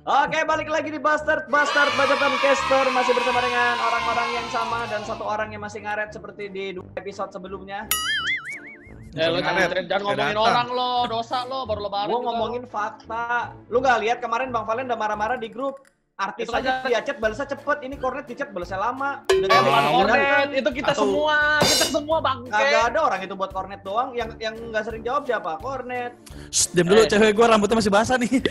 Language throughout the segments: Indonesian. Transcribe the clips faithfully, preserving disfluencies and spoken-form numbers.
Oke, balik lagi di Bastard Bastard Bacotan Caster, masih bersama dengan orang-orang yang sama dan satu orang yang masih ngaret seperti di dua episode sebelumnya. Eh, lo jangan, jangan ngomongin orang lo, dosa lo, baru lebaran. Gua ngomongin lo. Fakta. Lu nggak lihat kemarin Bang Valen udah marah-marah di grup. Artis itu aja dia chat balasnya cepet, ini Kornet di chat balasnya lama. Udah eh, bukan Kornet, itu kita Atau... semua, kita semua bangke. Kagak ada orang itu buat Kornet doang, yang yang nggak sering jawab siapa? Kornet. Shh, diam dulu, eh. Cewek gua rambutnya masih basah nih.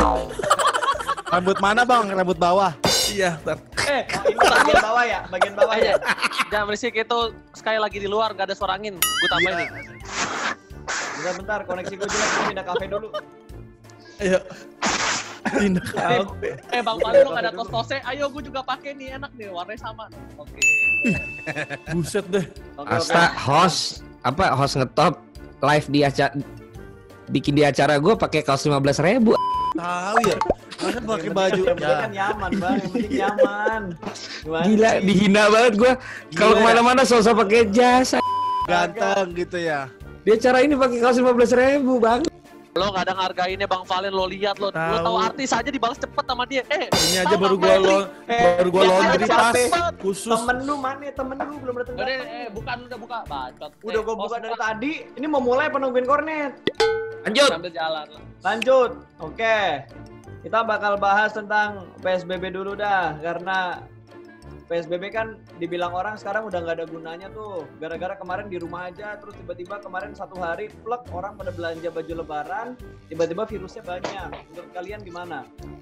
Rambut mana bang? Rambut bawah? Iya, ntar. Eh, oh, ini bagian bawah ya? Bagian bawah ya? Jangan berisik, itu sekali lagi di luar, gak ada suara angin. Gue tambahin nih. Bentar-bentar, koneksi gue jelek, gue pindah kafe dulu. Ayo. Pindah kafe. Eh, Bang Palu lo gak ada tos-tosnya, ayo gue juga pakai nih, enak nih, warnanya sama. Oke. Buset deh. Asta host, apa host ngetop live di acara, bikin di acara gue pakai kaos lima belas ribu. Tahu ya, masa pakai baju yang penting kan nyaman bang, yang penting nyaman. Gimana Gila, sih? dihina banget gue. Kalau kemana-mana sosok pakai jas. Ganteng gitu ya. Di acara ini pakai kaos lima belas ribu bang. Lo gak ada ngargainnya Bang Valen, lo lihat lo. Lo tahu artis aja dibalas cepet sama dia. Eh, ini aja baru gua lo, eh, baru gua laundry tas khusus. Temen lu mana? Temen lu belum datang. Udah, eh, bukan udah buka, bacot. Udah gua eh, buka dari tadi. Ini mau mulai penungguin Kornet. Lanjut. Sambil jalan. Lanjut. Oke. Kita bakal bahas tentang P S B B dulu dah, karena P S B B kan dibilang orang sekarang udah nggak ada gunanya tuh. Gara-gara kemarin di rumah aja, terus tiba-tiba kemarin satu hari plek orang pada belanja baju lebaran, tiba-tiba virusnya banyak. Menurut kalian gimana?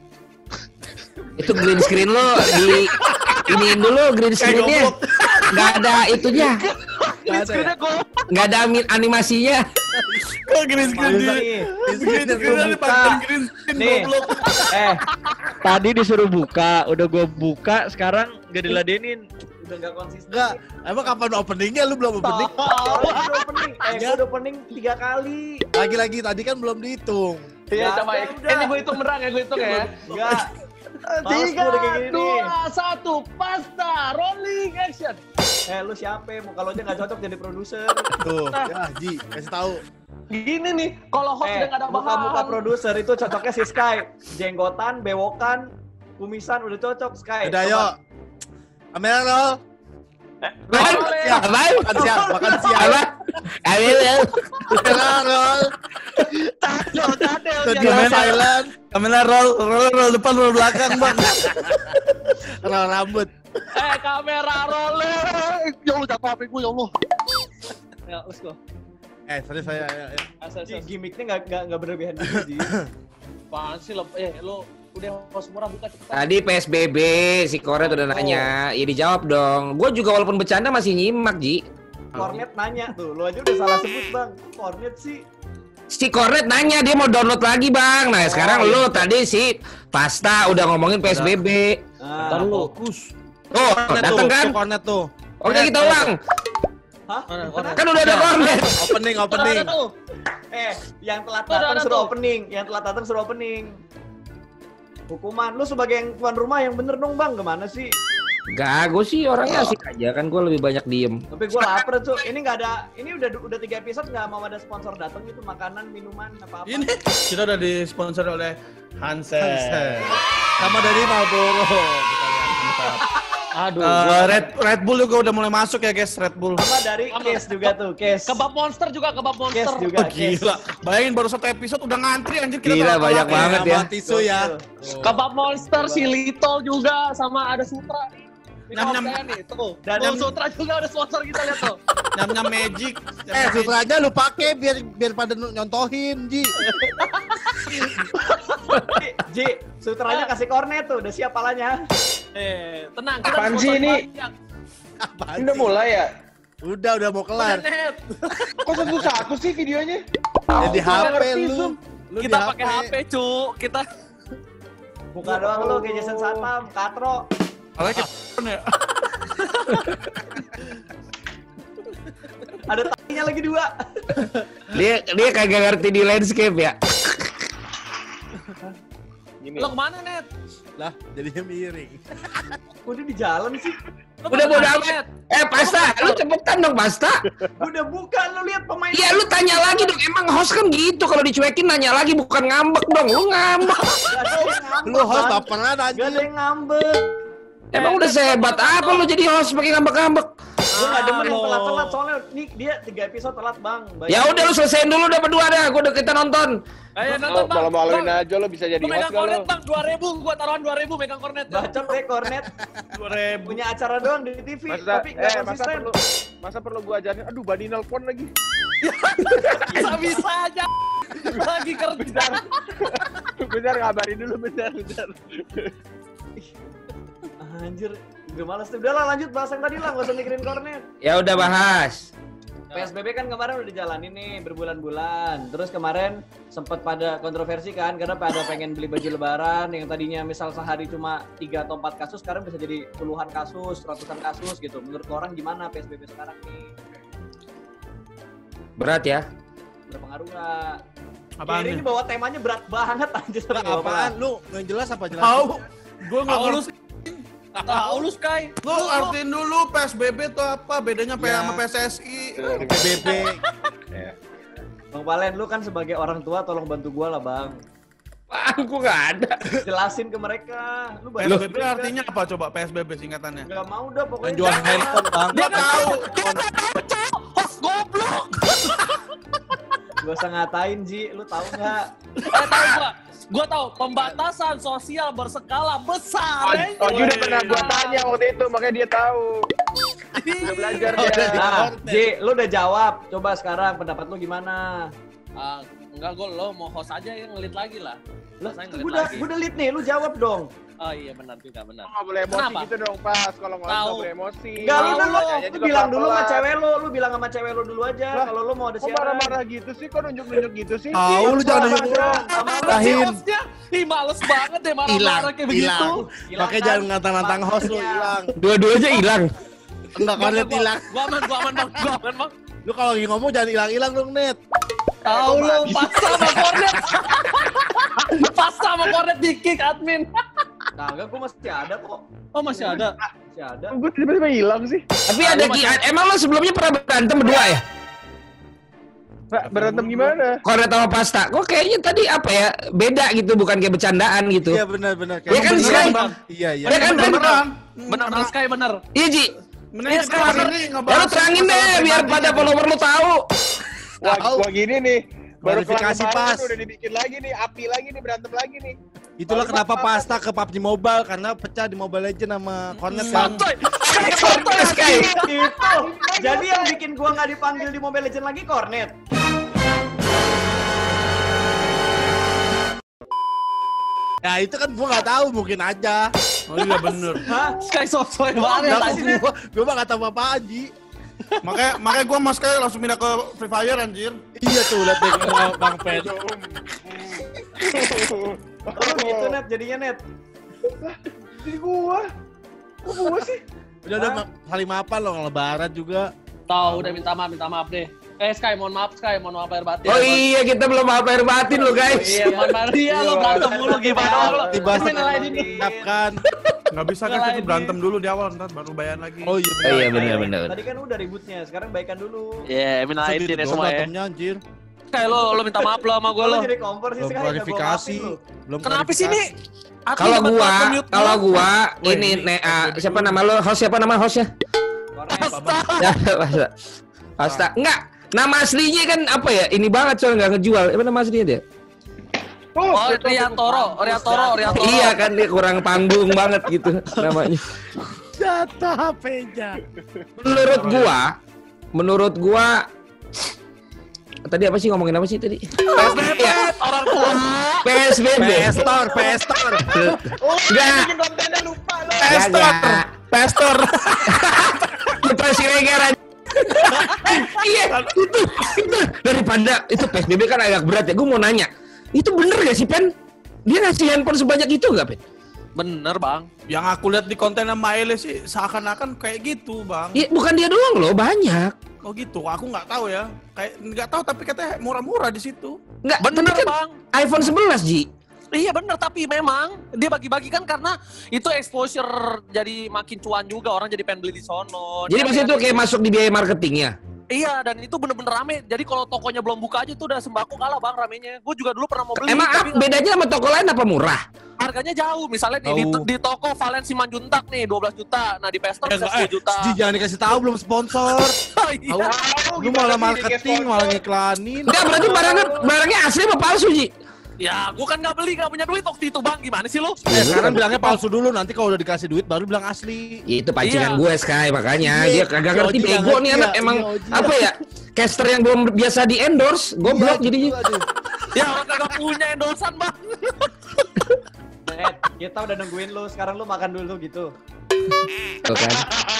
Itu green screen lo di iniin dulu green screen-nya. Nggak ada itunya. Nggak ada animasinya. Kok green screen di green screen dipakai green screen goblok. Eh, tadi disuruh buka, udah gue buka, sekarang gak diladenin. Udah nggak konsisten. Enggak, emang kapan openingnya? Lu belum opening? Oh, udah opening. Eh, gua udah opening tiga kali. Lagi-lagi tadi kan belum dihitung. Iya, coba ya. Ini gue hitung beneran ya, gue hitung ya. Enggak. Tiga, dua, satu, pasta, rolling action. Eh, lu siapa? Muka lo aja nggak cocok jadi produser. Tuh, ya Ji, kasih tahu. Gini nih, kalau host Eh, udah gak ada bahan. muka-muka produser itu cocoknya si Sky. Jenggotan, bewokan, kumisan udah cocok Sky. Udah yuk. Kamera roll. Bang, Siap, makan siang, makan siang. Apa? Ayo, Kamera roll. Tadel, tadel. Studio silent. Kamera roll, roll, roll depan, roll belakang bang. Roll rambut. Eh, kamera rolling. Ya Allah, jatuh H P gue, ya Allah. Ya, let's go. Eh, sorry saya. Ya, ya. Asal, Ji, asal. gimmicknya nggak nggak nggak berlebihan gitu Ji. Apaan sih lo? Eh, lo udah host murah buka cepetan. Tadi P S B B si Kornet udah nanya, ya dijawab dong. Gue juga walaupun bercanda masih nyimak Ji. Kornet nanya tuh, lo aja udah salah sebut bang. Kornet sih. Si Kornet nanya dia mau download lagi bang. Nah sekarang lu tadi si Pasta udah ngomongin P S B B. Nah, lu. Fokus. Oh dateng kan? Kornet tuh. Oke kita ulang. hah? Kan udah ada Kornet. Opening, opening. Eh, yang telat Tuh, ada datang tuh. suruh opening, yang telat datang suruh opening. Hukuman, lu sebagai yang tuan rumah yang bener dong bang, gimana sih? Gak, gue sih orangnya asik aja kan, gue lebih banyak diem. Tapi gue lapar tuh, ini nggak ada, ini udah udah tiga episode nggak mau ada sponsor datang gitu, makanan, minuman, apa apa. Ini kita udah disponsori oleh Hansen. Sama dari Marlboro. Kita lihat. Mantap. Aduh. Uh, Red Red Bull juga udah mulai masuk ya guys, Red Bull. Sama dari Sama. Case juga tuh, Case. Kebab monster juga, kebab monster. Case juga, Oh, gila. Bayangin baru satu episode udah ngantri anjir kita. Gila, telat banyak banget. banget ya. Sama tisu ya. Kebab monster, si Lito juga, sama ada Sutra nih. Nyam, nyam. Saya nih, tuh. Dan Dan nyam- Sutra juga ada sponsor kita lihat tuh. Nyam-nyam magic. Eh, sutra aja lu pakai biar biar pada nyontohin, Ji. Ji, Ji, sutranya kasih kornet tuh, udah siap palanya. Eh, tenang, kita Apaan sponsor sih ini? banyak. Apaan Ini udah sih? mulai ya? Udah, udah mau kelar. Net. Kok satu-satu sih videonya? Ya di H P ngerti, lu. Sum. Lu di Kita pakai H P, cu. Kita Buka doang lu kayak Jason Statham, Katro. Kalau ya. Ada takinya lagi dua. Dia dia kagak ngerti di landscape ya. Gini. Lo kemana, Net? Lah, jadinya miring. Kok dia di jalan sih? Lo Udah kemana, bodo amat. Net? Eh Pasta, lu cepetan dong Pasta. Gua udah buka, lu lihat pemain. Iya lu tanya lagi dong, emang host kan gitu kalau dicuekin nanya lagi bukan ngambek dong, lu ngambek. Gak ada yang ngambek. Lu host Bang. baperan Gak aja. ada yang ngambek. Emang udah sehebat apa lu jadi host pakai ngambek-ngambek? Gue gak demen yang Halo. telat-telat soalnya nih dia tiga episode telat bang. Ya udah lu selesaiin dulu udah berdua dah, gua udah kita nonton. Ayo Oh, nonton, Bang. malu-maluin Bang, aja lo bisa jadi Lu host megang gak lo? kornet, Bang. dua ribu, gua taruhan dua ribu megang kornet. Bacot deh kornet. dua ribu. Punya acara doang di T V Masa, tapi gak eh, masa konsisten. perlu, masa perlu gua ajarin? Aduh, Bani nelpon lagi. Bisa-bisa aja. Lagi kerja. Bentar, ngabarin dulu, bentar, bentar. Anjir, gue males tuh. Udah lah lanjut bahas yang tadi lah, gak usah mikirin kornet. Ya udah bahas. P S B B kan kemarin udah dijalanin nih berbulan-bulan. Terus kemarin sempat pada kontroversi kan karena pada pengen beli baju lebaran yang tadinya misal sehari cuma tiga atau empat kasus sekarang bisa jadi puluhan kasus, ratusan kasus gitu. Menurut orang gimana P S B B sekarang nih? Berat ya. Berpengaruh nggak? Apaan Kiri ini nih? bawa temanya berat banget anjir. Lah, apaan? Lu yang jelas apa jelas? Tahu. Gue nggak Tahu lu, ngerti. tahu lu, Sky. Lu artiin dulu P S B B itu apa? Bedanya P Ya. sama P S S I. P B B. Bang Valen, lu kan sebagai orang tua tolong bantu gua lah bang. Bang, gua nggak ada. Jelasin ke mereka. Lu P S B B artinya apa coba P S B B singkatannya? Gak mau dah pokoknya. Yang jual handphone, Bang. Gua tahu. Host goblok. Gua usah ngatain Ji, lu tahu nggak? Eh, tahu gua. Gua tahu pembatasan sosial berskala besar. eh. Oh, udah pernah gua tanya waktu itu, makanya dia tahu. Udah belajar dia. Nah, Ji, lu udah jawab. Coba sekarang pendapat lu gimana? Ah, enggak, gua lo mau host aja yang ngelit lagi lah. Lah, Saya gua ngelit udah, lagi. gua udah lead nih, lu jawab dong. Oh iya benar juga benar. Nggak boleh emosi Kenapa? gitu dong, pas. Kalau ngomong Tahu. nggak boleh emosi. Enggak, lu, lu, lu, Nanyanya lu juga bilang dulu sama pelan-pelan. cewek lu, lu bilang sama cewek lu dulu aja Lah, kalau lu mau ada Kok siaran. marah-marah gitu sih? Kok nunjuk-nunjuk gitu sih? Tahu lu jangan nunjuk Marah-marah. orang. Si Rahin. hostnya, ih males banget deh Hilang, marah-marah kayak begitu. hilang. Hilang Makanya kan? jangan ngantang-ngantang host lu Maksudnya. hilang. Dua-duanya hilang. Enggak kornet Gua- hilang. Gua aman, gua aman bang, gua aman bang. Lu kalau lagi ngomong jangan hilang-hilang dong, Net. Tahu lu, pas sama kornet. Pas sama kornet di kick admin. Nah, enggak, gua masih ada kok. Oh masih ada. Masih ada. Gue tiba-tiba hilang sih. Tapi ada Ki, emang lo sebelumnya pernah berantem berdua ya? Pak, berantem gimana? Kornet sama Pasta. Kok kayaknya tadi apa ya? Beda gitu, bukan kayak bercandaan gitu. Iya benar-benar. Iya kan, Sky? Iya, iya. Ya kan, Ben? Beneran. Benar benar Sky benar. Iya Ji. Mending Iya, kita sekarang. hari ini Ya ngebahas lo terangin deh masalah biar pribadi pada nih. follower lo tahu. Wah, Tahu. gua gini nih. Baru Klarifikasi kelar pas. kemarin udah dibikin lagi nih, api lagi nih, berantem lagi nih. Itulah Kalau kenapa Pak- Pasta ke P U B G Mobile karena pecah di Mobile Legends sama Kornet kan. Santai. Sky. Gitu. Jadi yang bikin gua nggak dipanggil di Mobile Legends lagi Kornet. Ya itu kan gua nggak tahu, mungkin aja. Oh iya bener. Hah? Sky sosoy Nah, banget. kan anjing. gua, gua mah nggak tahu apa-apaan, Ji. Makanya makanya gue mas kayak langsung pindah ke Free Fire anjir. Iya tuh, lihat deh sama Bang Pen. Oh gitu Net, jadinya Net. Jadi gua. Kok gua sih? Udah udah ma- saling maafan loh, lebaran juga. Tahu udah minta maaf, minta maaf deh. Eh Sky, mohon maaf Sky, mohon maaf lahir batin. Oh iya, kita belum apa air batin lo guys. Iya, mohon maaf. Iya, lo berantem mulu gimana lo? Dibahas Admin lain ini. mengucapkan. Nggak bisa kan kita berantem dulu di awal, ntar baru bayar lagi. Oh iya Oh benar. iya benar benar. Tadi kan udah ributnya, sekarang baikan dulu. Iya, Emin lain Segitu ini doang semua ya. berantemnya, anjir. Sky, lo lo minta maaf lo sama gue lo. Lo jadi kompor sih Belum sekarang. klarifikasi. Belum Kenapa sih klarifikasi. ini? Admin Kalau dapat gua, bottom mute kalau gua. gua Weh, ini ini ne, ah, P S B B siapa dulu. nama lo? Host siapa nama hostnya? Ya, Pasta. Pasta. Enggak. Nama aslinya kan apa ya? Ini banget soalnya nggak ngejual. Apa nama aslinya dia? Oh, Riantoro, Riantoro, Riantoro. Iya kan dia kurang panggung banget gitu namanya. Jatah H P-nya. Menurut gua, menurut gua tadi apa sih ngomongin apa sih tadi? P S B B, orang tua. P S B B. Pestor, pestor. Enggak. Kontennya lupa lo. Pestor. Pestor. Kita Siregar aja. Iya, itu, itu daripada itu P S B B kan agak berat ya. Gue mau nanya, itu bener gak sih Pen? Dia ngasih handphone sebanyak itu gak Pen? Bener bang. Yang aku lihat di konten Maile sih seakan-akan kayak gitu bang. Iya, bukan dia doang loh, banyak. Oh gitu, aku nggak tahu ya. Kayak nggak tahu tapi katanya murah-murah di situ. Nggak, Bener tapi kan bang. iPhone sebelas Ji. Iya bener, tapi memang dia bagi-bagi kan karena itu exposure jadi makin cuan juga, orang jadi pengen beli di sono. Jadi Dia maksudnya itu kayak masuk di biaya marketingnya. Iya, dan itu bener-bener rame. Jadi kalau tokonya belum buka aja tuh udah sembako kalah bang ramenya. Gue juga dulu pernah mau beli. Emang tapi apa bedanya sama toko lain apa murah? harganya jauh. Misalnya nih, di, Jauh. di toko Valen Simanjuntak nih dua belas juta. Nah di Pester Ya, bisa eh, sepuluh juta. Ji, jangan dikasih tahu belum sponsor. Iya. Lu malah marketing, malah ngiklanin. Enggak, berarti barangnya barangnya asli apa palsu, Ji? Ya, gue kan nggak beli, nggak punya duit waktu itu bang. Gimana sih lu? Eh, sekarang bilangnya palsu dulu, nanti kalau udah dikasih duit baru bilang asli. Itu pancingan Iya. gue, Sky, makanya dia Iya, kagak si ngerti Oji nggak bego nih ngerti anak ya, emang si Oji apa ya? Caster yang belum biasa di endorse, goblok Iya, jadinya. aduh. Ya orang kagak punya endorsan bang. Net, kita udah nungguin lu, sekarang lu makan dulu gitu. Tuh kan.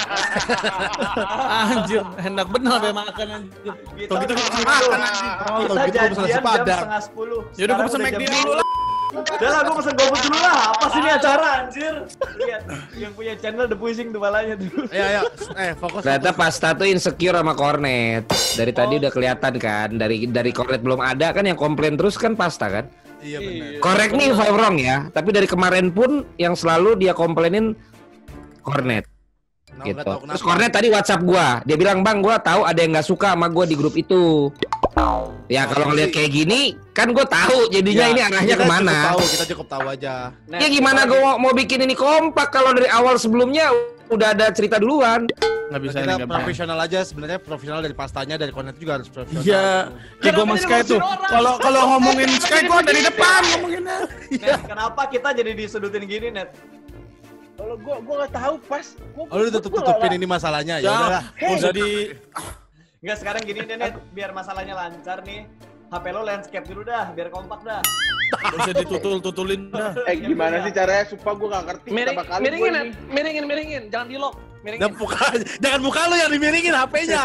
Anjir, enak bener be makan anjir. Kita Kalau gitu udah gua nungguin makan lu. anjing. Oh, Kita kalau gitu gua pesan janjian nasi jam Padang. setengah sepuluh. Yaudah gua Sekarang pesen udah McD jam dulu lah. Udah lah, gue pesen GoFood dulu lah. Apa sih ini acara, anjir? Lihat, yang punya channel udah pusing tuh malanya tuh. Ayo, ayo. Eh, fokus. Ternyata fokus. Pasta tuh insecure sama Cornet. Dari tadi udah kelihatan kan. Dari dari Cornet belum ada kan yang komplain terus kan Pasta kan. Iya benar. Correct me if I'm wrong ya. Tapi dari kemarin pun yang selalu dia komplainin Cornet. Nah, Gitu. nggak tahu Terus kenapa. Cornet tadi WhatsApp gua, dia bilang bang gua tahu ada yang nggak suka sama gua di grup itu. Ya kalau ngeliat kayak gini, kan gua tahu jadinya Ya, ini arahnya kita kemana. Cukup tahu, kita cukup tahu aja. Net, Ya gimana kita gua mau, mau bikin ini kompak kalau dari awal sebelumnya udah ada cerita duluan. Nggak bisa kita nih, nggak bisa. profesional aja sebenarnya, profesional dari pastanya, dari konten juga harus profesional. Iya, kayak gue sama Sky tuh. Kalau kalau ngomongin Sky gue dari depan ngomonginnya. Net, kenapa kita jadi disudutin gini, Net? Kalau gua gua enggak tahu pas. Gua, Oh, lu tutup tutupin ini masalahnya ya udahlah. Ya, udah di Enggak, sekarang gini deh, Net, biar masalahnya lancar nih. H P lo landscape dulu dah, biar kompak dah. nggak usah ditutul-tutulin dah. Eh gimana sih caranya? Sumpah gua enggak ngerti. Miring, Pertama kali miringin, gua Net. ini. miringin, miringin, jangan di lock. Miringin. Dan buka, jangan buka lu yang dimiringin H P-nya.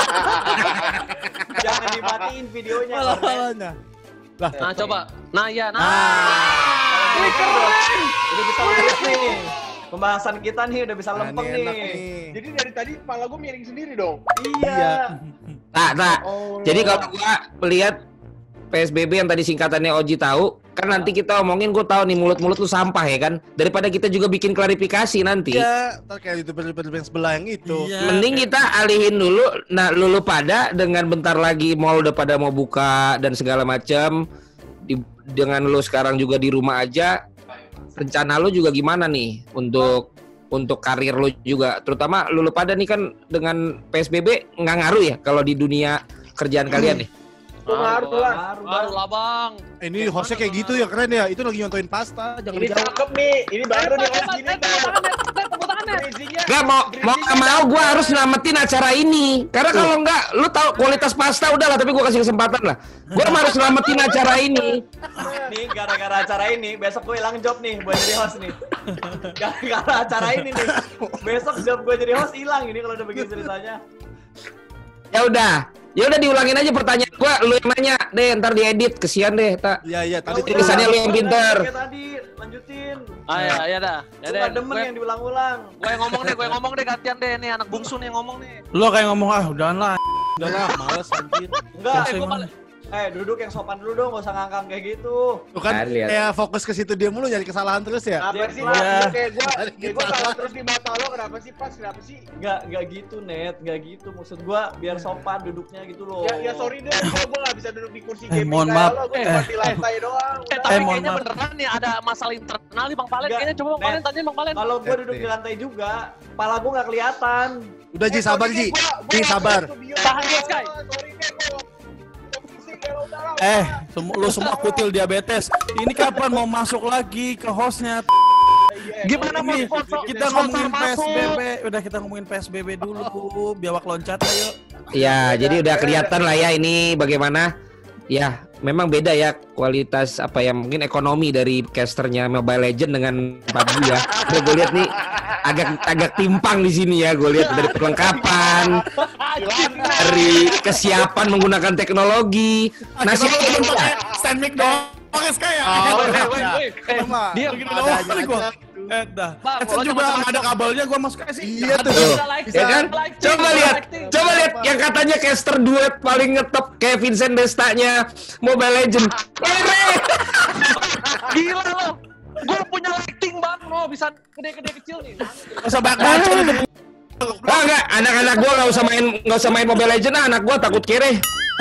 Jangan dimatiin videonya. Malah Cornet. malahnya. Lah, Nah coba, nah ya, nah. Ini keren. Udah bisa lurus nih. Pembahasan kita nih udah bisa nah, lempeng ini enak nih. nih. Jadi dari tadi kepala gua miring sendiri dong. Iya. Nah, nah. Oh. Jadi kalau gua melihat P S B B yang tadi singkatannya Oji tahu, kan nanti kita omongin gua tahu nih mulut-mulut lu sampah ya kan. Daripada kita juga bikin klarifikasi nanti. Iya, ntar kayak youtuber-youtuber yang sebelah yang itu. Iya. Mending kita alihin dulu. Nah, lu, lu pada dengan bentar lagi mall udah pada mau buka dan segala macam. Di, dengan lu sekarang juga di rumah aja. Rencana lu juga gimana nih untuk untuk karir lu juga, terutama lu, lu pada nih kan dengan P S B B nggak ngaruh ya kalau di dunia kerjaan kalian nih. Gua ngaruh lah. Baru Baru lah bang. Eh, ini hostnya kayak gitu ya, keren ya. Itu lagi nyontoin pasta, jangan Ini dijawab. cakep nih. Ini baru nih host gini. Net, tepuk tangan, Net. Net, tepuk tangan, Net. Bridging-nya. Gak mau mau nggak mau gue harus nyelamatin acara ini karena kalau nggak lu tahu kualitas pasta udahlah tapi gue kasih kesempatan lah. Gue harus nyelamatin acara ini. Nih gara-gara acara ini besok gue hilang job nih buat jadi host nih. Gara-gara acara ini nih. Besok job gue jadi host hilang ini kalau udah begini ceritanya. Ya udah, ya udah diulangin aja pertanyaan gue, lu yang nanya deh ntar diedit kesian deh tak. Iya, iya, tadi Ya udah, kesannya lu yang udah, pinter. kayak tadi lanjutin. Ah ya, ya dah. Ya Gue deh. gak demen Gue yang diulang-ulang. gue yang ngomong deh, gue yang ngomong deh gantian deh nih anak bungsu nih yang ngomong nih. Lu kayak ngomong ah udahan lah. udahlah, males anjir. Enggak, Selesai, Eh, gue Bang. balik. eh duduk yang sopan dulu dong, gak usah ngangkang kayak gitu. Tuh kan Kan, lihat. kayak fokus ke situ dia mulu, nyari kesalahan terus ya. Apa sih? Iya. Gua kayak gua, Ada kayak gua salah terus di mata lo. Kenapa sih pas? Kenapa sih? Enggak, enggak gitu, Net. Enggak gitu. Maksud gue biar sopan duduknya gitu loh. Ya, ya sorry deh, gua, gua gak bisa duduk di kursi Eh, gaming mohon kayak maaf. lo, gua Eh. cuma di lantai doang. Eh Udah. tapi Eh, mohon kayaknya maaf. beneran nih ada masalah internal nih Bang Palen. Enggak, Kayaknya coba Bang Net. Palen tanya Bang Palen. Kalau gue duduk di lantai juga, kepala gue nggak kelihatan. Udah Ji, sabar Ji. Gua- gua Ji, nggak sabar. masuk video. Tahan dulu, Sky. Sorry deh, gua gua pusing ya, udah lah. Eh, semua lu semua kutil diabetes. Ini kapan mau masuk lagi ke hostnya? Gimana mau Ini sponsor? kita sponsor ngomongin P S B masuk? B, udah kita ngomongin P S B B dulu, Bu. Biawak loncat ayo. Ya, jadi udah kelihatan lah ya ini bagaimana. Ya, memang beda ya kualitas apa ya mungkin ekonomi dari casternya Mobile Legend dengan P U B G ya. Udah gue lihat nih agak agak timpang di sini ya. Gue lihat dari perlengkapan, dari kesiapan menggunakan teknologi. Nasi Kita cuma pakai stand mic doang. Pakai Sky ya. Oh, Woi, udah, woi, udah. woi. Eh, Itu mah diam. Begini ada doang aja nih gua. aja. Eh, dah. Bang, Headset kalau juga cuma nggak ada sama- kabelnya, gua masuk aja sih. Iya tuh. Bisa live, Ya kan? live, Coba live, lihat, live. coba lihat yang katanya caster duet paling ngetop kayak Vincent Destanya Mobile Legend. Kere. Gila lo. Gue punya lighting bang, lo bisa gede-gede kecil nih. Gak usah banyak bacot itu. Ah enggak, anak-anak gua nggak usah main nggak usah main Mobile Legends, ah, anak gua takut kere.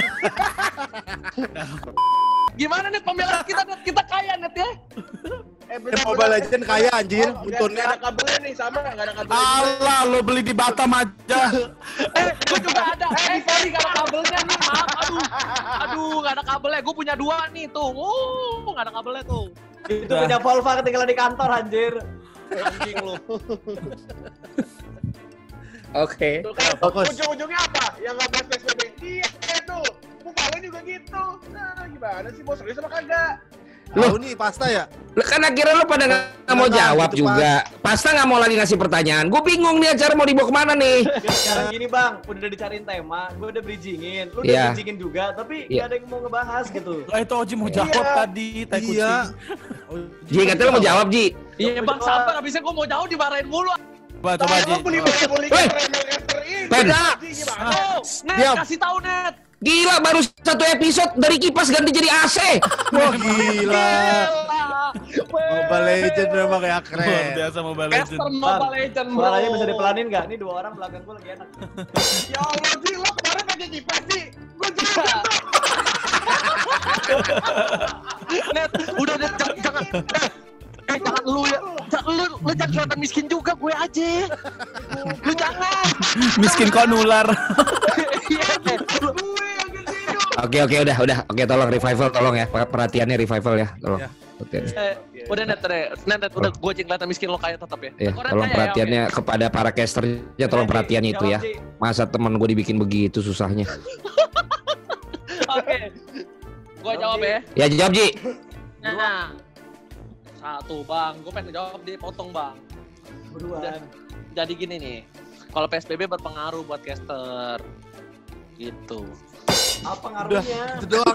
Gimana nih pembelaan kita net? Kita kaya net ya? Eh, Mobile Legends kaya anjir, untunnya. Gak ada kabelnya nih, sama gak ada kabelnya. Alah, lo beli di Batam aja. Eh, gue juga ada. Eh, sorry gak ada kabelnya nih, maaf. Aduh, aduh, gak ada kabelnya. Gue punya dua nih tuh. Uh, gak ada kabelnya tuh. Itu punya Volva ketinggalan di kantor anjir. Anjing lu. Oke. Tuh kan, Fokus. ujung-ujungnya apa? Yang nggak bahas P S B B. Iya, itu. Muka lu juga gitu. Nah, gimana sih, bos? Serius apa kagak? Tahu nih pasta ya? Lah, kan akhirnya lo pada nggak mau Nggak tahu jawab gitu, juga. Pasta nggak mau lagi ngasih pertanyaan. Gue bingung nih acara mau dibawa kemana nih. Sekarang gini bang, udah dicariin tema, gue udah bridgingin, lu udah Iya. bridgingin juga, tapi Iya. gak ada yang mau ngebahas gitu. Lah itu Oji mau jawab Iya. tadi, tai kucing. Iya. Ji, katanya lo mau jawab Ji. Iya bang, sabar. Abisnya gue mau jauh dimarahin mulu. Coba coba Ji. Lu beli-beli Weh. remaster ini. Pen. Gimana? Oh, net, Diam. kasih tahu net. Gila, baru satu episode dari kipas ganti jadi A C. Wah gila. Gila. Mobile Legends memang ya Luar keren. biasa Mobile Caster Legends. Mobile Legends bro. Suaranya bisa dipelanin gak? Ini dua orang belakang gue lagi enak. Ya Allah, Ji, lo kemarin pakai kipas sih. Gue juga. Net, udah net, jangan, jangan. Eh, jangan lu ya. Jangan lu, lu jangan kelihatan miskin juga, gue aja. Lu jangan. Miskin kok nular. Iya, Net. Gue yang gitu. Oke oke udah udah. Oke tolong revival tolong ya. Perhatiannya revival ya. Tolong. Ya. Oke. Eh, udah net, net, net, net, udah gue aja kelihatan miskin lo kaya tetap ya. Ya, Kok net tolong kaya ya? perhatiannya kepada para casternya, tolong perhatian itu ya. Masa teman gue dibikin begitu susahnya. Oke. Gue jawab ya. Ya jawab Ji. Nah, satu bang, gue pengen jawab dia potong bang. Buruan. Jadi gini nih, kalau P S B B berpengaruh buat caster, gitu. Apa ngaruhnya? Itu doang.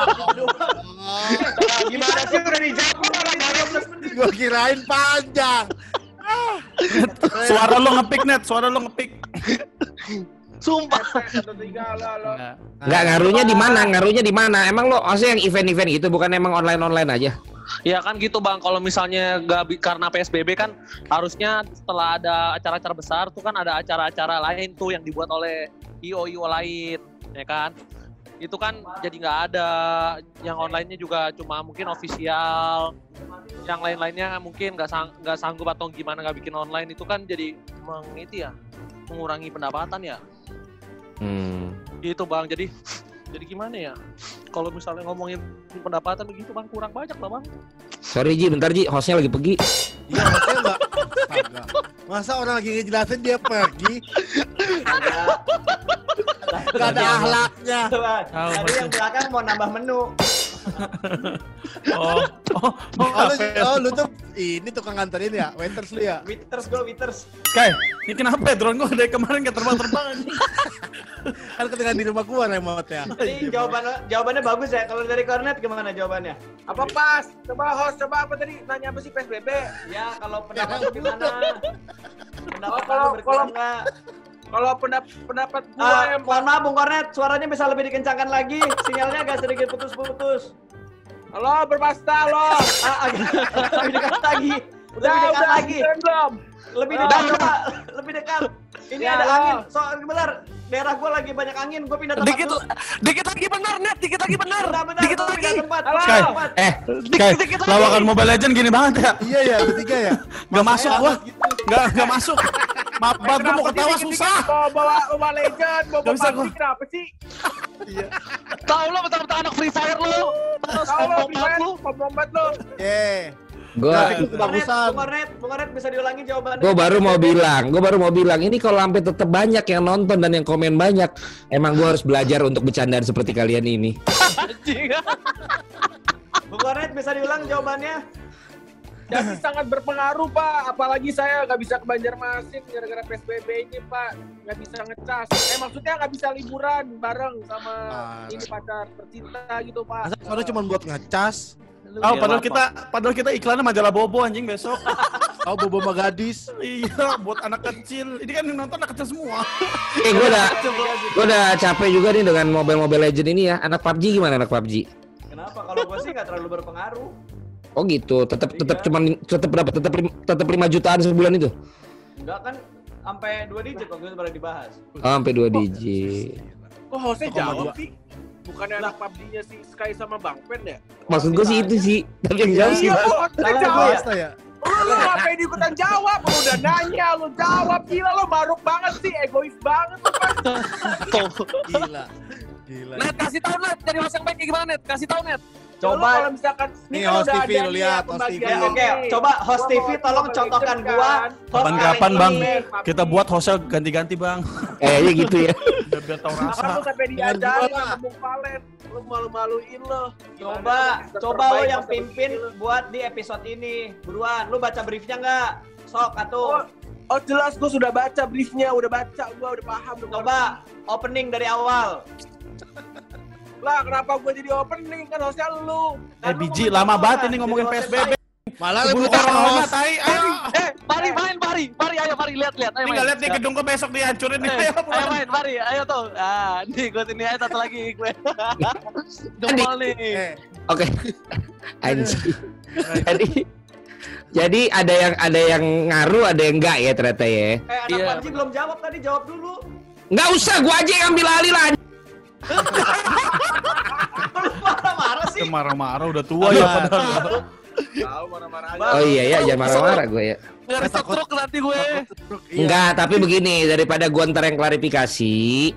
Gimana sih udah dijawab orang lima belas menit. Gua kirain panjang. Suara lo ngepick net, suara lo ngepick. Sumpah. Satu tiga lo lo. Nah, Enggak, ngaruhnya di mana? Ngaruhnya di mana? Emang lo maksudnya yang event-event gitu bukan emang online-online aja? Ya kan gitu bang, kalau misalnya gak bi- karena P S B B kan harusnya setelah ada acara-acara besar tuh kan ada acara-acara lain tuh yang dibuat oleh I O I O lain, ya kan? Itu kan jadi nggak ada, yang online-nya juga cuma mungkin official, yang lain-lainnya mungkin nggak sang, nggak sanggup atau gimana nggak bikin online, itu kan jadi meng, itu ya mengurangi pendapatan ya, Hmm. gitu bang. Jadi jadi gimana ya? Kalau misalnya ngomongin pendapatan begitu bang, kurang banyak lah bang. Sorry Ji, bentar Ji, hostnya lagi pergi. Iya, maksudnya enggak. Astaga. Masa orang lagi ngejelasin dia pergi? Gak ada ahlaknya. Coba, Tahu, tadi maksud- yang belakang mau nambah menu. Oh, oh, oh, Oh lu, apa? oh, lu tuh ini tukang nganterin ya? Waiters lu ya? Witters gue, Witters. Sky, ini kenapa ya drone gua dari kemarin gak terbang-terbang anjing? Kan ketinggalan di rumah gua remote-nya. Jadi jawabannya jawabannya bagus ya. Kalau dari Cornet gimana jawabannya? Apa pas? Coba host, coba apa tadi? Nanya apa sih P S B B? Ya kalau pendapat lu gimana? Pendapat Oh, kalau- lu berkurang nggak? Kalau pendap pendapat gue Ah, yang mohon maaf Bung Cornet, suaranya bisa lebih dikencangkan lagi. Sinyalnya agak sedikit putus-putus. halo berpasta lo. Ah, agak lebih dekat lagi. Udah, Lebih dekat udah, lagi. belum? Lebih Udah, dekat, udah. Pak. Lebih dekat. Ini Ya, ada lo. angin. Soal benar, daerah gua lagi banyak angin. Gua pindah tempat Dikit, dulu. dikit lagi bener net, dikit lagi bener, Bentar, bentar, dikit gua lagi. pindah tempat. Halo. Pindah tempat. Eh, Sky, dikit lagi. lawakan Mobile Legends gini banget ya? Iya ya, bertiga ya? Gak masuk gua. Gak, gak masuk. Maaf banget, gua mau Kenapa ketawa sih susah. dikit-dikit Bawa bawa bawa legend, bawa Gak bisa bawa gua. pasti kenapa sih? Tahu lo betul-betul anak Free Fire lu. Terus Tahu lo, sombong banget lu. sombong banget lo. Ye. gua Nah, itu Bung Cornet, kebagusan. Bung Cornet, Bung Cornet bisa diulangi jawabannya. gua baru mau bilang, gua baru mau bilang ini kalau sampai tetap banyak yang nonton dan yang komen banyak, emang gua harus belajar untuk bercandaan seperti kalian ini. Anjing. Bung Cornet bisa diulang jawabannya. Jadi sangat berpengaruh Pak, apalagi saya nggak bisa ke Banjarmasin gara-gara P S B B ini Pak, nggak bisa ngecas. Eh maksudnya nggak bisa liburan bareng sama Parah. ini pacar tercinta gitu Pak. Masa soalnya cuma buat ngecas? Oh, padahal kita, padahal kita iklannya majalah Bobo anjing besok. Kau bobo sama gadis? Iya, buat anak kecil. Ini kan yang nonton anak kecil semua. Eh, gua udah, gua udah capek juga nih dengan Mobile Mobile Legend ini ya. Anak P U B G gimana anak P U B G? Kenapa? Kalau gua sih nggak terlalu berpengaruh. Oh gitu, tetap tetap Iya. cuman tetap berapa? Tetap lim- tetap lima jutaan sebulan itu. Enggak kan sampai dua digit waktu itu pernah dibahas. Oh, sampai dua digit. Kok hostnya satu koma jawab dua. sih? Bukannya anak P U B G-nya si Sky sama Bang Pen ya? Maksud gue sih itu sih, tapi yang jauh sih. Iya, kok hostnya Salah jawab? gua ya? Pasta ya. Lu ngapain ikutan jawab? Lu udah nanya, lu jawab. Gila lu maruk banget sih, egois banget lu Pan. Tuh. Gila. Gila. Net, kasih tau Net, jadi host yang baik kayak gimana Net? Kasih tau Net. Lu Coba kalau misalkan Nih, kan host udah T V, ada lu nih lihat, ya host T V. pembagian Ya, oke, nih. coba host T V Gua mau tolong Legends contohkan kan. gua. host Kapan-kapan, kali Bang. ini. Kita buat hostnya ganti-ganti bang. Eh, ya gitu ya. Biar biar tau Bahkan rasa. lu sampai Jangan diajarin gua lah. sama Bung Valen. Lu malu-maluin lo. Coba, coba lo yang pimpin buat di episode ini. Buruan, lu baca briefnya nggak? Sok, Oh, atuh. oh jelas gua sudah baca briefnya, udah baca, gua udah paham. udah Coba opening dari awal. Lah kenapa gue jadi opening kan hostnya lu. Eh Kan lu biji ngomongin lama orang, banget ini jadi ngomongin P S B B. hostnya Malah Keburu lebih corona, host. tai. Ayo. Eh, mari main, mari. Mari, ayo, mari, lihat, lihat. Ayo, Tinggal main. lihat nih gedung ke besok dihancurin nih. Eh, Ayo, ayo buruan. main, mari, ayo tuh. Ah, nih gue sini aja satu lagi gue. Gempol nih. Eh, Oke. Anjing. Jadi jadi ada yang ada yang ngaruh, ada yang enggak ya ternyata ya. Eh, anak Iya. P U B G belum jawab tadi, jawab dulu. Enggak usah, gua aja yang ambil alih lah. Lu marah-marah sih. Dia marah-marah udah tua ya padahal. Tahu marah-marah aja. Bang. Oh iya ya, jangan marah-marah gue ya. Biar setruk nanti gue. Enggak, tapi begini, daripada gua ntar yang klarifikasi.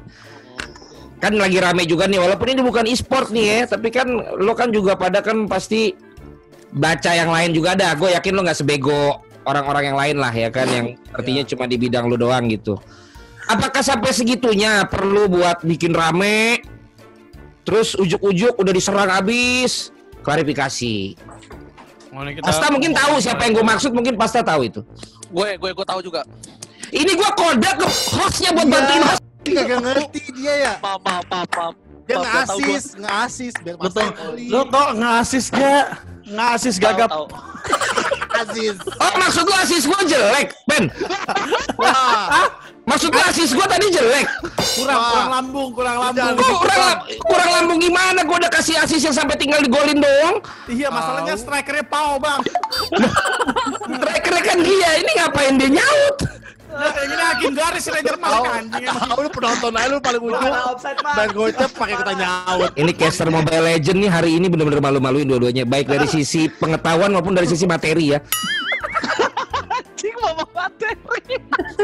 Kan lagi rame juga nih, walaupun ini bukan e-sport nih ya, tapi kan lo kan juga pada kan pasti baca yang lain juga ada. Gue yakin lo nggak sebego orang-orang yang lain lah ya kan, yang artinya cuma di bidang lo doang gitu. Apakah sampai segitunya perlu buat bikin rame? Terus ujuk-ujuk udah diserang abis? Klarifikasi. Pasta mungkin tahu siapa yang gue maksud, mungkin Pasta tahu itu. Gue, gue, gue tahu juga. Ini gue kode ke hostnya buat bantuin host. Dia kagak ngerti dia ya. Maaf, maaf, maaf, maaf. Dia Maaf, gua tahu gua. nge-assist, nge-assist biar Betul. masuk. Lo kok ngasih gak? Ngasih gagap. Tahu, tahu. Assist. Oh maksud lu asis gue jelek, Ben? Wah. Maksud lu asis gue tadi jelek? Kurang Wah. kurang lambung, kurang lambung. Kok kurang, lam- kurang lambung gimana? Gue udah kasih asis yang sampai tinggal digolin doang. Iya, masalahnya strikernya Pau, Bang. Strikernya kan dia, ini ngapain dia nyaut? Nah, kayak gini hakim garis Ranger Mas anjing emang. Tahu lu penonton aja lu paling ujung. Mana offside, Pak? Dan gocap pakai kita nyaut. Ini caster Mobile Legend nih hari ini bener-bener malu-maluin dua-duanya. Baik dari sisi pengetahuan maupun dari sisi materi ya. Anjing mau materi.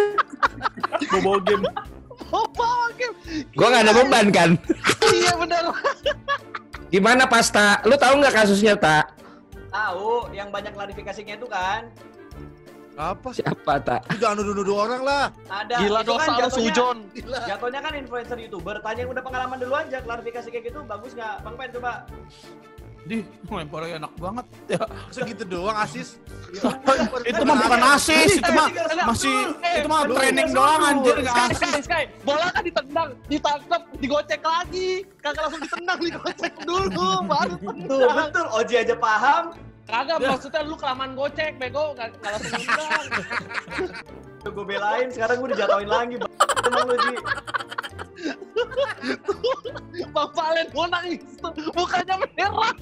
Bobo game. Bawa game. Gue gak ada beban kan? Iya benar. Gimana Pasta? Lu tahu nggak kasusnya tak? Tahu, yang banyak klarifikasinya itu kan Apa sih? Siapa tak? Lu jangan nuduh-nuduh orang lah. ada. Gila itu dosa kan lu jatuhnya- sujon. Gila. Jatuhnya kan influencer YouTuber, tanya yang udah pengalaman dulu aja, klarifikasi kayak gitu bagus nggak? Bang Pen coba. Di, lemparnya enak banget. Ya. Segitu doang asis. Itu mah bukan asis, itu mah masih itu mah training doang anjir enggak Sky, asis. Sky, Sky. Bola kan ditendang, ditangkap, digocek lagi. Kagak langsung ditendang, digocek dulu, baru Tuh, tendang. betul. Oji aja paham. Kagak, maksudnya lu kelamaan gocek, bego. Nggak nggak langsung tendang. Gue belain, sekarang gue dijatuhin lagi. Bang. Emang lu, Ji. Bang Valen mau nangis tuh, mukanya merah.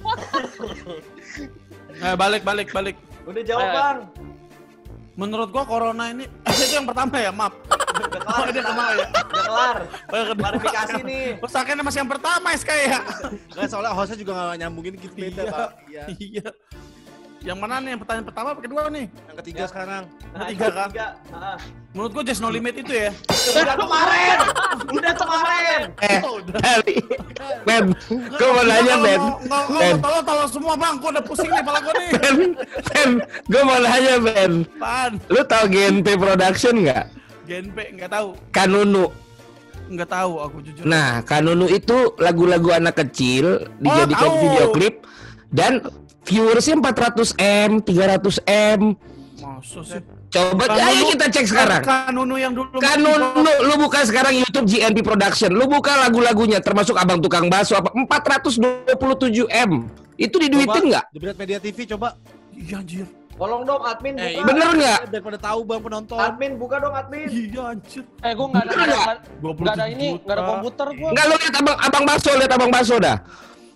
Eh, balik balik balik. Udah jawab, Eh. Bang. Menurut gua corona ini itu yang pertama ya, maaf. Udah kelar. Oh, dia kemana ya? Udah kelar. Oh, yang kedua. Klarifikasi nih. Pesakitnya masih yang pertama S K ya. Kan soalnya hostnya juga gak nyambungin gitu beda, Iya. Pak. Iya. Iya. Yang mana nih? Yang pertanyaan pertama apa kedua nih? Yang ketiga sekarang. Nah, Ketiga, itu kan? Tiga. Ah. Menurut gua just no limit itu ya. Udah kemarin. Udah kemarin. Eh, Kali. Ben, gue mau nanya Ben. Ben, Tolong tolong semua bang, gua udah pusing nih kepala gua nih. Ben, Ben, gue mau nanya Ben. Pan, Lu tau G N P Production nggak? Genpe nggak tahu, Kanunu. nggak tahu aku jujur. Nah, Kanunu itu lagu-lagu anak kecil dijadikan tahu. video klip dan viewersnya empat ratus M, tiga ratus M. Maksud sih. Coba Kanunu- ayo kita cek sekarang. Kanunu yang dulu. Kanunu, lu buka sekarang YouTube G N P Production. Lu buka lagu-lagunya termasuk Abang Tukang Bakso apa empat ratus dua puluh tujuh M. Itu diduitin nggak? Di Berat Media T V coba. Iya anjir. Tolong dong admin Eh, buka. Bener nggak? Daripada tahu bang penonton. Admin buka dong admin. Iya anjir. Eh, gua nggak ada, nggak ada, dua puluh nggak ada ini, nggak ada komputer gua. Enggak, lu lihat Abang Abang Bakso, lihat Abang Bakso dah.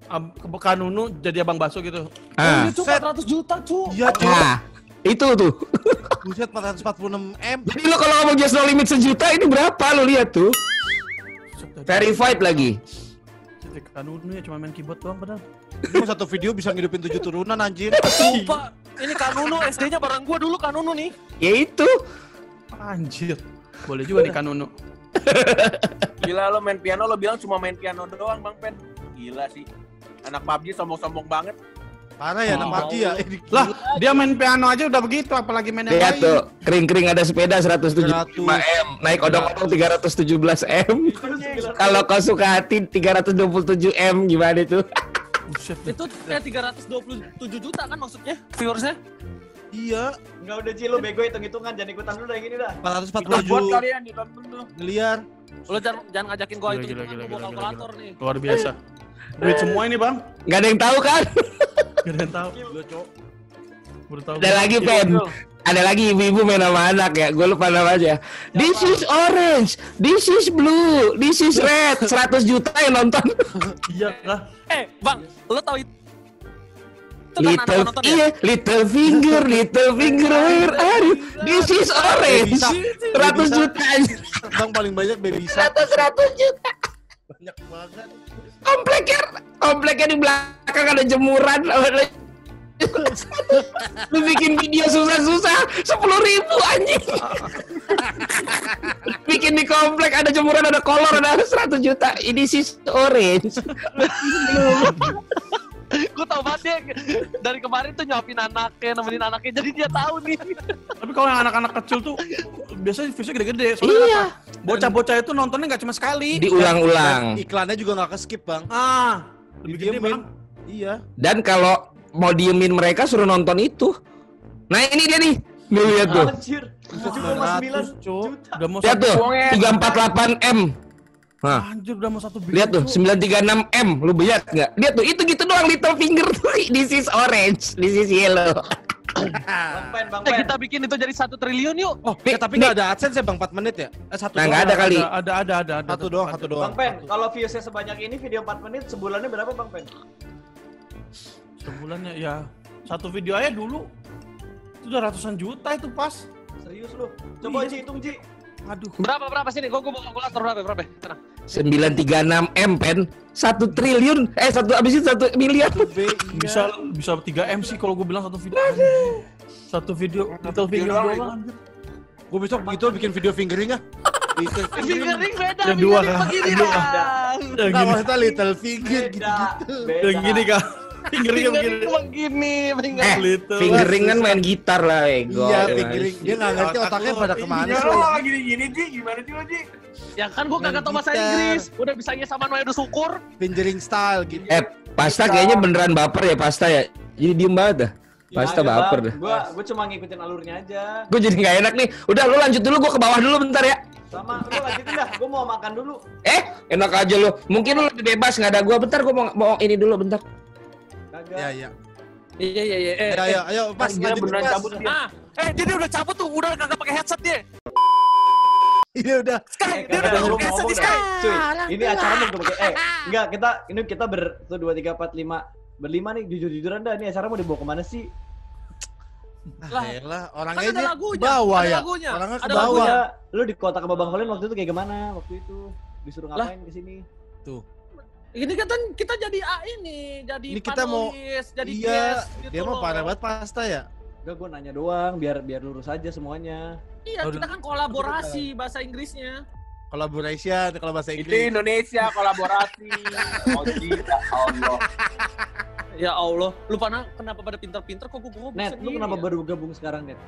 ab- ke Kanunu jadi abang bakso gitu. Ah. Itu empat ratus juta, cu. Iya, Cok. Nah, itu tuh. Buset empat ratus empat puluh enam M. Jadi lo kalau ngomong just no limit sejuta ini berapa lo lihat tuh? Verified lagi. Di Kanunu ya cuma main keyboard doang padahal. Ini satu video bisa ngidupin tujuh turunan anjir. Sumpah, ini Kanunu S D-nya bareng gua dulu Kanunu nih. Ya itu. Anjir. Boleh juga nih Kanunu. Gila lo main piano, lo bilang cuma main piano doang Bang Pen. Gila sih. Anak P U B G sombong-sombong banget. Parah ya, anak Oh. P U B G ya. Lah, dia main piano aja udah begitu apalagi main yang Lihat lain. tuh, kering-kering ada sepeda seratus tujuh puluh lima M, naik odong-odong tiga ratus tujuh belas M. Kalau kau suka hati tiga ratus dua puluh tujuh M gimana itu? Buset. Itu kayak tiga ratus dua puluh tujuh juta kan maksudnya viewersnya? Iya, Enggak udah Ci, lu bego hitung-hitungan, jangan ikutan dulu dah yang ini dah. empat ratus empat Kita puluh buat tujuh kalian ditonton tuh. miliar. Lo jangan jangan ngajakin gua Gila, itu gila, itu gila, gua gila, kalkulator nih. Luar biasa. Duit semua ini, Bang. Gak ada yang tahu kan? Gak ada yang tahu. Gila, Cok. Baru tahu. Ada lagi Pen, ada lagi ibu-ibu main sama anak ya, gue lupa namanya. This is orange, this is blue, this is red, seratus juta yang nonton. Iya kah? Eh, Bang, lo tahu itu? Itu kan anak Little, nonton ya? iya, little finger, little finger, where are you? This is orange, seratus juta, Bang paling banyak baby shark. seratus seratus juta. Banyak banget. Kompleknya, kompleknya di belakang ada jemuran. Lu bikin video susah-susah sepuluh ribu anjing. Bikin di komplek ada jemuran, ada kolor, ada seratus juta. Ini sih orange. Gue tau banget dia dari kemarin tuh nyuapin anaknya, nemenin anaknya, jadi dia tahu nih. Tapi kalau yang anak-anak kecil tuh biasanya views-nya gede-gede. Soalnya Iya. apa? Bocah-bocah itu nontonnya nggak cuma sekali. Diulang-ulang. Iklannya juga nggak ke-skip, Bang. Ah, lebih gede Didiemin. Bang. Iya. Dan kalau mau diemin mereka suruh nonton itu. Nah ini dia nih. Nih lihat tuh. Anjir, tujuh koma sembilan sembilan ratus, Cok. juta. Udah mau Lihat satu. tuh, tiga ratus empat puluh delapan M. Hah. Anjir udah mau satu bilion. Lihat tuh, sembilan ratus tiga puluh enam M. Lu lihat nggak? Lihat tuh, itu gitu doang little finger tuh. This is orange, this is yellow. Bang Pen, Bang Eh, Pen. kita bikin itu jadi satu triliun yuk. Oh, Nih, ya, tapi nih. nggak ada AdSense ya, Bang, empat menit ya? Eh, satu Nah, doang. nggak ada kali. Ada, ada, ada, ada, ada. Satu doang, satu doang. Bang Pen, kalau viewsnya sebanyak ini video empat menit sebulannya berapa Bang Pen? Sebulannya ya satu video aja dulu. Itu udah ratusan juta itu pas. Serius lu? Coba Iya. Ji hitung Ji. Aduh. Berapa berapa sini? Gue gue mau kalkulator berapa berapa? Tenang. sembilan ratus tiga puluh enam M pen. Satu triliun. Eh satu abis itu satu miliar. B, iya. Bisa bisa tiga M sih kalau gue bilang satu video. Satu video little finger doang, doang. anjir. Gue besok begitu bikin video fingering ah. Little Fingering beda. Yang dua fingering kah? begini Yang dua dah. Yang Nah, gini. maksudnya little finger Beda, gitu-gitu. beda. Yang gini kah? Fingernya begini. Fingering begini, Eh, fingering. Little. fingering kan main gitar lah, ego. Iya, fingering. Dia nggak ngerti otaknya pada kemana sih. gini-gini Ji, gimana sih lo Ji? Ya kan gue kagak tau bahasa Gitar. Inggris. Udah bisanya sama Noe udah syukur. Fingering style gitu. Eh, Pasta kayaknya beneran baper ya Pasta ya. Jadi diem banget dah. Pasta Agak, baper Bang. dah. Gua gua cuma ngikutin alurnya aja. Gue jadi nggak enak nih. Udah lu lanjut dulu, gue ke bawah dulu bentar ya. Sama lu lanjutin dah, gua mau makan dulu. Eh, enak aja lu. Mungkin lu lebih bebas, nggak ada gua. Bentar, gua mau, mau ini dulu bentar. Kagak. Ya, ya. Iya iya iya. Eh, Ayo, ayo, ayo, pas Gila, lanjut beneran pas. cabut dia. Ah, eh dia udah cabut tuh, udah kagak pakai headset dia. Iya udah. Sky, Eh, dia udah kagak nggak lu pakai headset ngomong di dah. Sky. Cuy, ini acara mau dipakai. Eh, enggak, kita ini kita ber satu dua tiga empat lima berlima nih jujur-jujuran dah. Ini acara mau dibawa kemana sih? Lah, Ayolah, kan orangnya ada ini lagunya, bawah ada ya. lagunya, Orangnya ke ada bawah. lagunya. Ya, lu di kota ke Babang Holin waktu itu kayak gimana waktu itu? Disuruh ngapain ke sini? Ini kan kita jadi A ini, jadi Ini kita mau- panelis, jadi Iya, guest gitu dia mau loh. parah banget Pasta ya. Enggak, gua nanya doang biar biar lurus aja semuanya. Iya, Oh, kita kan kolaborasi bahasa Inggrisnya. Collaboration kalau bahasa Itu Inggris. Indonesia kolaborasi. Oh ya Allah. Ya Allah, lu pada kenapa pada pinter-pinter kok gue gue Net, lu kenapa baru gabung sekarang, Net?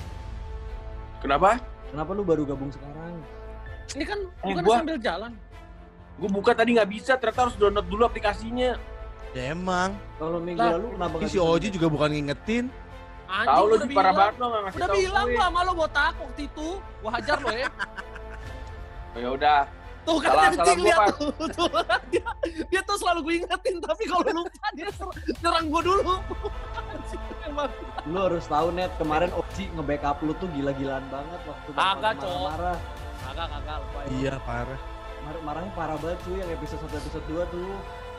Kenapa? Kenapa lu baru gabung sekarang? Ini kan Eh, bukan gua- sambil jalan. Gue buka tadi nggak bisa, ternyata harus download dulu aplikasinya. Ya emang. Kalau minggu Lah, lalu kenapa Ini nggak si bisa? Oji juga bukan ngingetin. Anjing, Tahu lu udah Ji, parah bilang. banget lo nggak ngasih Udah tahu bilang gue. gua sama lo botak waktu itu. Gua hajar lo ya. Oh, ya udah. Tuh kan Salah- anjing salah gua, lihat Pak. tuh. Tuh, dia, dia tuh selalu gue ingetin, tapi kalau lupa dia ser- nyerang gua dulu. Anjing, emang. Lu harus tahu, Net, kemarin Oji nge-backup lu tuh gila-gilaan banget waktu Bang Agak, Holin Cok. marah-marah. Kagak kagak lupa. Iya, parah. Mar- marahnya parah banget cuy yang episode satu episode dua tuh.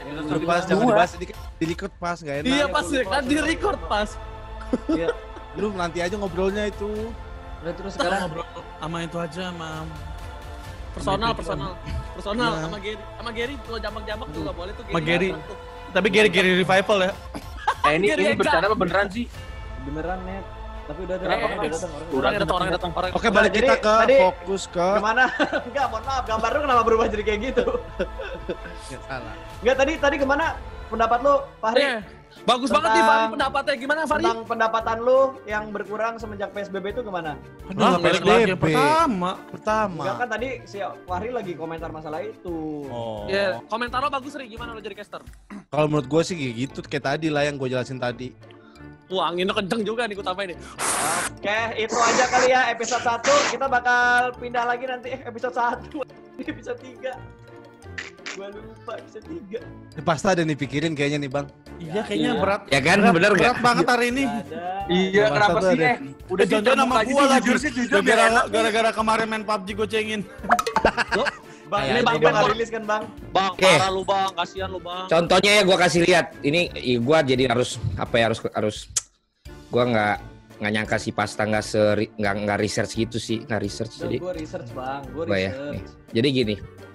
Udah pas, jangan dibahas, di, di record pas, gak enak. Iya pas ya kan di record pas. Iya. Lu nanti aja ngobrolnya itu. Udah terus Sekarang sekarang ngobrol sama itu aja, Mam. Personal, personal. Personal Iya. sama Gary. Sama Gary kalau jambak-jambak tuh nggak boleh tuh. Sama Gary. datang tuh. Tapi Gary Gary revival ya. Eh ini Gary ini Ega. bercanda apa beneran sih? beneran net. Tapi udah ada Kenapa, orang Mas? udah datang orang. Orang yang datang, orang yang datang. Orang Oke, balik Nah, kita jadi ke tadi- fokus ke... Gimana? Enggak, mohon maaf, gambar lu kenapa berubah jadi kayak gitu? Ya, salah. Enggak, tadi tadi kemana pendapat lu, Fahri? Iya. Bagus banget nih Tentang- Fahri pendapatnya. Gimana Fahri? Tentang pendapatan lu yang berkurang semenjak P S B B itu gimana? Aduh, Lah, nggak balik lagi yang P S B B. pertama. Pertama. Enggak kan tadi si Fahri lagi komentar masalah itu. Oh. Ya, komentar lo bagus Ri. Gimana lo jadi caster? Kalau menurut gue sih kayak gitu, kayak tadi lah yang gue jelasin tadi. Wah, anginnya kenceng juga nih gue tambahin nih. Oke, itu aja kali ya episode satu. Kita bakal pindah lagi nanti eh, episode satu. Ini episode tiga. Gua lupa episode tiga. Ini pasti ada nih pikirin kayaknya nih bang. Iya kayaknya berat. Ya kan, berat, bener berat gak? banget hari ini. Ada. Iya, Masa kenapa tuh sih ada- eh? Udah Udah jangan sama aja gua sih, lagi. jujur sih, jujur biar Gara-gara enak. gara-gara kemarin main P U B G gue cengin. Bang, Kayak ini aja, bang Bang. nggak rilis kan bang? Bang, Oke. parah lu bang, kasihan lu bang. Contohnya ya gua kasih lihat. Ini i, gua jadi harus apa ya harus harus gua nggak nggak nyangka si Pasta nggak seri nggak nggak research gitu sih nggak research Udah, jadi gua research bang, gua gua ya. research. Nih. Jadi gini,